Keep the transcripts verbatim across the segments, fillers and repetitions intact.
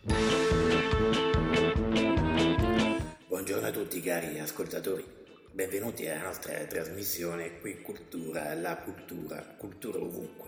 Buongiorno a tutti cari ascoltatori, benvenuti alla nostra trasmissione Qui Cultura, la cultura, cultura ovunque.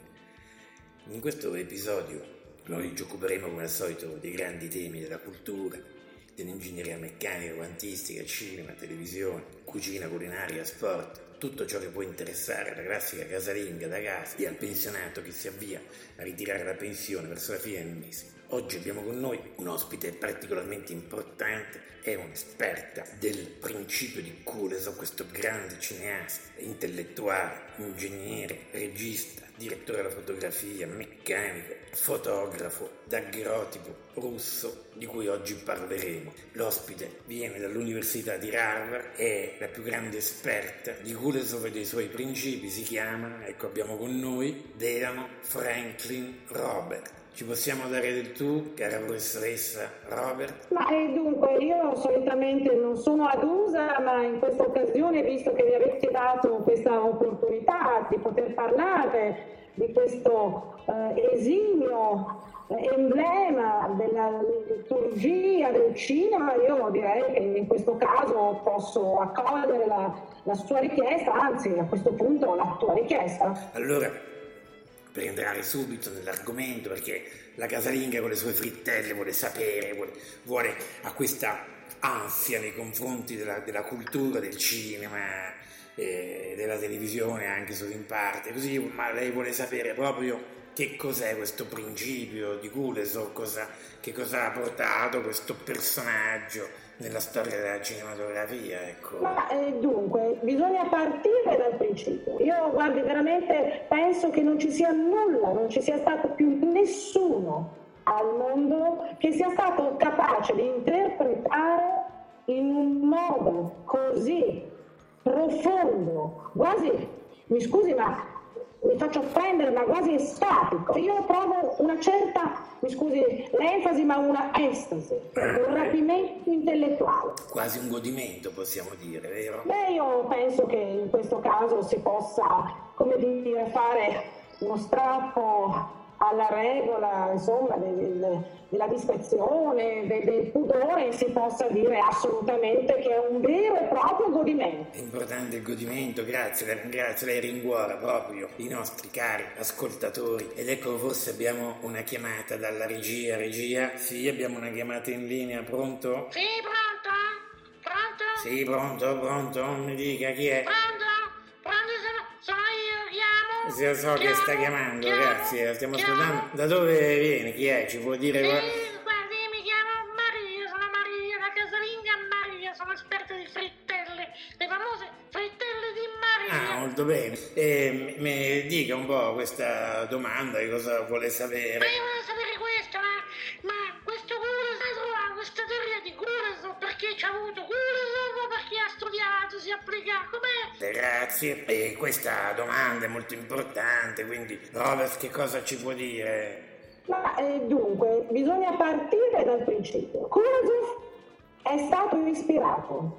In questo episodio noi ci occuperemo come al solito dei grandi temi della cultura, dell'ingegneria meccanica, quantistica, cinema, televisione, cucina, culinaria, sport, tutto ciò che può interessare la classica casalinga da casa e al pensionato che si avvia a ritirare la pensione verso la fine del mese. Oggi abbiamo con noi un ospite particolarmente importante, è un'esperta del principio di Kulesov, questo grande cineasta, intellettuale, ingegnere, regista, direttore della fotografia, meccanico, fotografo, daguerrotipo russo, di cui oggi parleremo. L'ospite viene dall'Università di Harvard, è la più grande esperta di Kulesov e dei suoi principi, si chiama, ecco abbiamo con noi, Delano Franklin Robert. Ci possiamo dare del tu, cara professoressa Robert? Ma eh, dunque, io solitamente non sono adusa, ma in questa occasione, visto che mi avete dato questa opportunità di poter parlare di questo eh, esimio eh, emblema della liturgia del cinema, io direi che in questo caso posso accogliere la, la sua richiesta, anzi a questo punto la tua richiesta. Allora, per entrare subito nell'argomento, perché la casalinga con le sue frittelle vuole sapere, vuole, vuole ha questa ansia nei confronti della, della cultura, del cinema, eh, della televisione anche solo in parte, così, ma lei vuole sapere proprio che cos'è questo principio di Kulesov, cosa, che cosa ha portato questo personaggio nella storia della cinematografia, ecco. Ma eh, dunque, bisogna partire dal principio. Io, guardi, veramente penso che non ci sia nulla, non ci sia stato più nessuno al mondo che sia stato capace di interpretare in un modo così profondo, quasi, mi scusi, ma mi faccio offendere, ma quasi estatico. Io provo una certa, mi scusi l'enfasi, ma una estasi, un rapimento intellettuale. Quasi un godimento, possiamo dire, vero? Beh, io penso che in questo caso si possa, come dire, fare uno strappo alla regola, insomma, del, del, della discrezione, del, del pudore, si possa dire assolutamente che è un vero e proprio godimento. È importante il godimento, grazie, la ringrazio, lei rincuora proprio i nostri cari ascoltatori. Ed ecco, forse abbiamo una chiamata dalla regia. Regia? Sì, abbiamo una chiamata in linea, pronto? Sì, pronto? Pronto? Sì, pronto, pronto, mi dica chi è? Pronto? Pronto, sono, sono io, chiamo? Sì, so chiamo, che sta chiamando, chiamo, grazie, stiamo chiamo. ascoltando. Da dove viene? Chi è? Ci può dire? Sì, qua? guardi, mi chiamo Maria, sono Maria, la casalinga Maria, sono esperta di frittelle, le famose frittelle di Maria. Ah, molto bene. E mi dica un po' questa domanda, di cosa vuole sapere? Ma io volevo sapere questo, ma, ma questo Kulesov, questa teoria di Kulesov, perché ci ha avuto Kulesov, perché ha studiato, si applica, com'è? Grazie. E questa domanda è molto importante, quindi Robert che cosa ci può dire? Ma eh, dunque, bisogna partire dal principio. Kulesov è stato ispirato,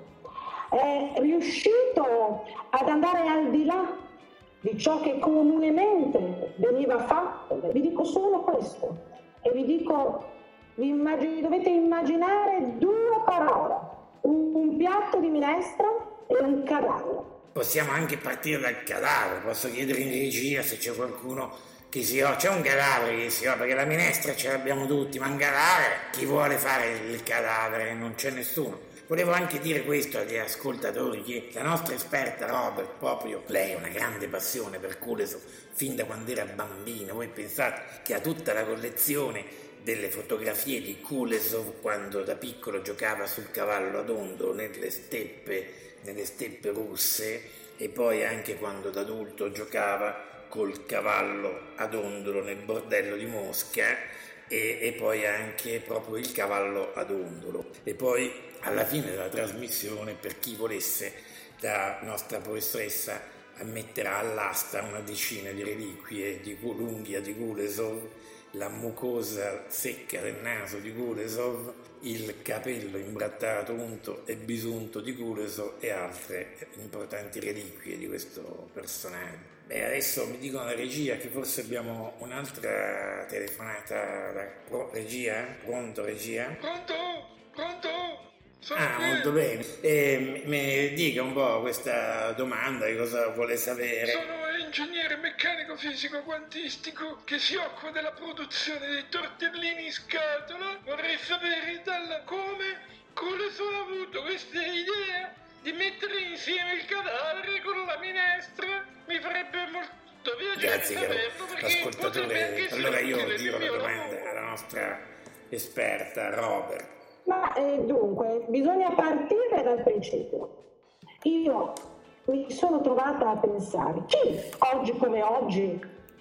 è riuscito ad andare al di là di ciò che comunemente veniva fatto. Vi dico solo questo e vi dico, vi immagin- dovete immaginare due parole, un, un piatto di minestra e un cadavere. Possiamo anche partire dal cadavere, posso chiedere in regia se c'è qualcuno che si occupa, c'è un cadavere che si occupa, perché la minestra ce l'abbiamo tutti, ma un cadavere, chi vuole fare il cadavere? Non c'è nessuno. Volevo anche dire questo agli ascoltatori, che la nostra esperta Robert, proprio lei ha una grande passione per Kulesov fin da quando era bambina. Voi pensate che ha tutta la collezione delle fotografie di Kulesov quando da piccolo giocava sul cavallo ad ondolo nelle steppe nelle steppe russe, e poi anche quando da adulto giocava col cavallo ad ondolo nel bordello di Mosca, e, e poi anche proprio il cavallo ad ondolo. E poi alla fine della trasmissione, per chi volesse, la nostra professoressa metterà all'asta una decina di reliquie di l'unghia di Kulesov la mucosa secca del naso di Kulesov, il capello imbrattato, unto e bisunto di Kulesov e altre importanti reliquie di questo personaggio. Beh, adesso mi dicono la regia che forse abbiamo un'altra telefonata. Da Pro, regia? Pronto, regia? Pronto? Pronto? Sono ah, qui. Molto bene. E mi dica un po' questa domanda, di cosa vuole sapere? Sono ingegnere meccanico fisico quantistico che si occupa della produzione dei tortellini in scatola. Vorrei sapere dalla come Kulesov ha avuto questa idea di mettere insieme il cadavere con la minestra. Mi farebbe molto piacere Grazie, saperlo, perché ascoltatore. Allora io giro la domanda alla nostra esperta Robert. Ma eh, dunque, bisogna partire dal principio. Io mi sono trovata a pensare, chi oggi come oggi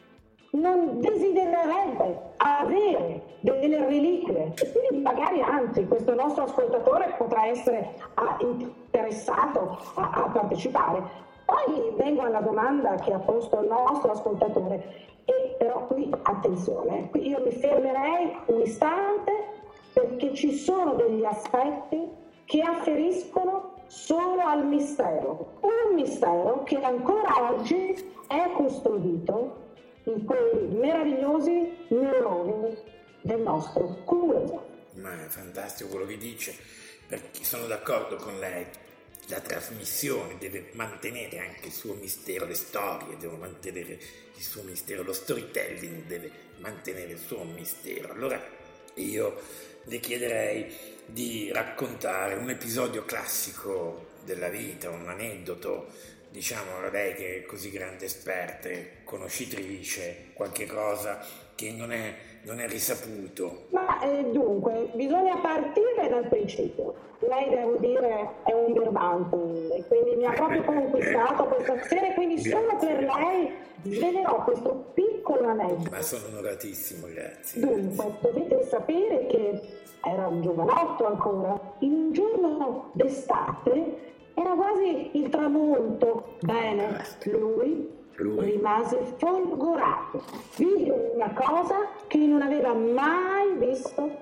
non desidererebbe avere delle reliquie? E quindi magari anzi questo nostro ascoltatore potrà essere ah, interessato a, a partecipare. Poi vengo alla domanda che ha posto il nostro ascoltatore, e però qui attenzione, qui io mi fermerei un istante, perché ci sono degli aspetti che afferiscono solo al mistero, un mistero che ancora oggi è custodito in quei meravigliosi neuroni del nostro Kulesov. Ma è fantastico quello che dice, perché sono d'accordo con lei. La trasmissione deve mantenere anche il suo mistero, le storie devono mantenere il suo mistero, lo storytelling deve mantenere il suo mistero. Allora io le chiederei di raccontare un episodio classico della vita, un aneddoto, diciamo, lei che è così grande esperta, conoscitrice, qualche cosa che non è, non è risaputo. Ma eh, dunque, bisogna partire dal principio. Lei, devo dire, è un birbante e quindi mi ha proprio conquistato questa sera, e quindi solo per lei svelerò questo piccolo aneddoto. Ma sono onoratissimo, grazie. Dunque, dovete sapere che era un giovanotto ancora, in un giorno d'estate, era quasi il tramonto. Bene, lui, lui rimase folgorato, vide una cosa che non aveva mai visto,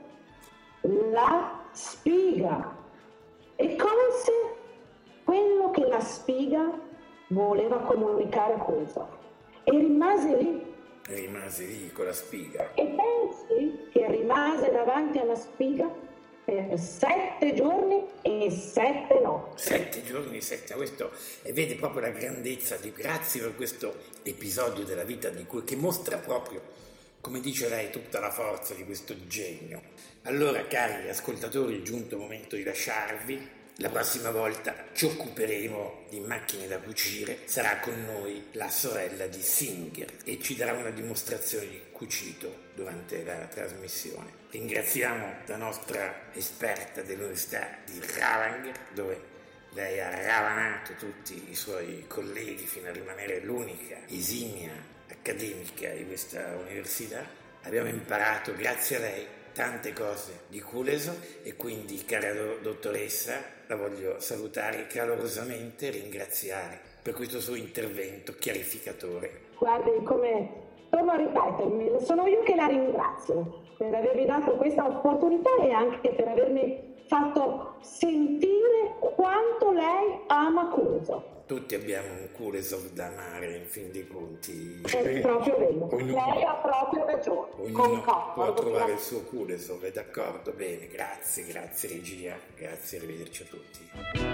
la spiga, e colse quello che la spiga voleva comunicare a Kulesov, e rimase lì. Rimase lì con la spiga. E pensi che rimase davanti alla spiga per sette giorni e sette notti. Sette giorni e sette, questo, e vede proprio la grandezza di, grazie per questo episodio della vita di cui, che mostra proprio, come dice lei, tutta la forza di questo genio. Allora, cari ascoltatori, è giunto il momento di lasciarvi. La prossima volta ci occuperemo di macchine da cucire, sarà con noi la sorella di Singer e ci darà una dimostrazione di cucito durante la trasmissione. Ringraziamo la nostra esperta dell'Università di Ravang, dove lei ha ravanato tutti i suoi colleghi fino a rimanere l'unica esimia accademica di questa università. Abbiamo imparato, grazie a lei, tante cose di Kulesov, e quindi, cara dottoressa, la voglio salutare calorosamente e ringraziare per questo suo intervento chiarificatore. Guardi, come torno a ripetermi, sono io che la ringrazio per avermi dato questa opportunità e anche per avermi fatto sentire quanto lei ama Kulesov. Tutti abbiamo un Kulesov da amare, in fin dei conti. È proprio vero, ognuno, lei ha proprio ragione. Ognuno può trovare il suo Kulesov, è d'accordo? Bene, grazie, grazie regia, grazie, arrivederci a tutti.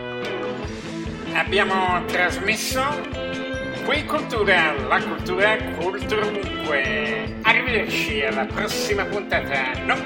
Abbiamo trasmesso Qui Cultura, la cultura cultura ovunque. Arrivederci alla prossima puntata. Non